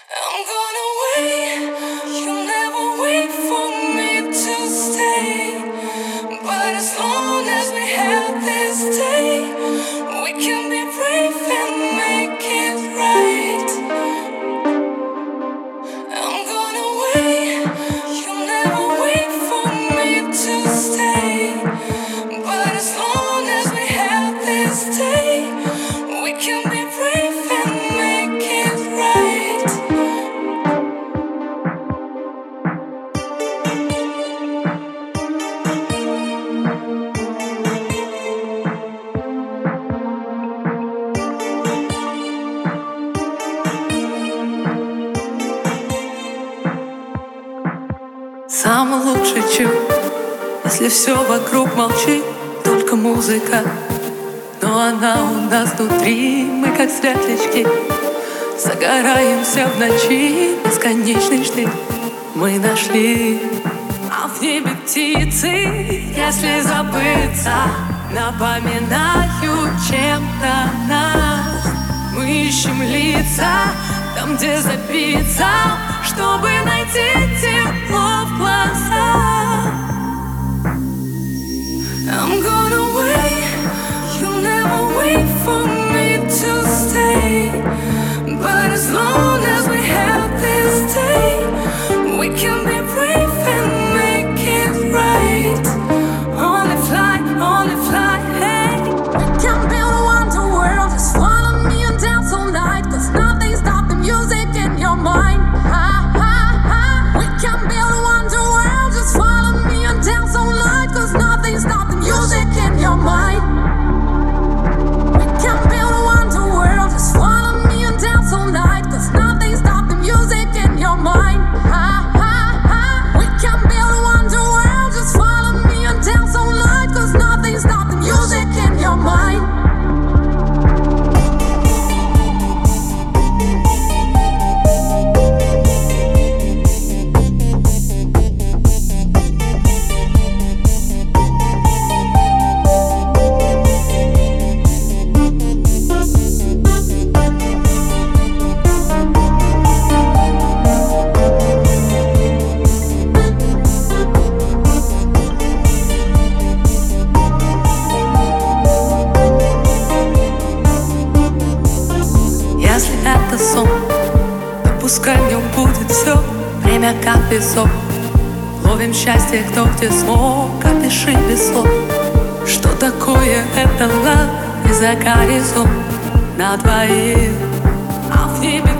I'm gonna wait. You'll never wait for me to stay. But as long as we have this day, we can be brave and make it right. I'm gonna wait. You'll never wait for me to stay. But as long as we have this day, we can be brave and make it right. Самый лучший чудо, если все вокруг молчит, только музыка. Но она у нас внутри, мы как светлячки, загораемся в ночи, бесконечный штиль мы нашли. А в небе птицы, если забыться, напоминают чем-то нас. Мы ищем лица там, где забиться, чтобы найти тепло в глазах. I'm gonna wait. You'll never wait for me to stay. But as long as we have this day, we can be brave and make it right. Only fly, hey. We can build a wonder world. Just follow me and dance all night. Cause nothing stops the music in your mind. We can build a wonder world. Just follow me and dance all night. Cause nothing stops the music in your mind. We can build a wonder world. Just follow me and dance all night. Cause nothing stops the music in your mind. We can build a wonder world. Just follow me and dance all night. Cause nothing stops the music in your mind. Если это сон, то пускай в нем будет все. Время как песок. Ловим счастье, кто где смог. Опиши без слов, что такое это лав. И за горизонт на двоих. А в небе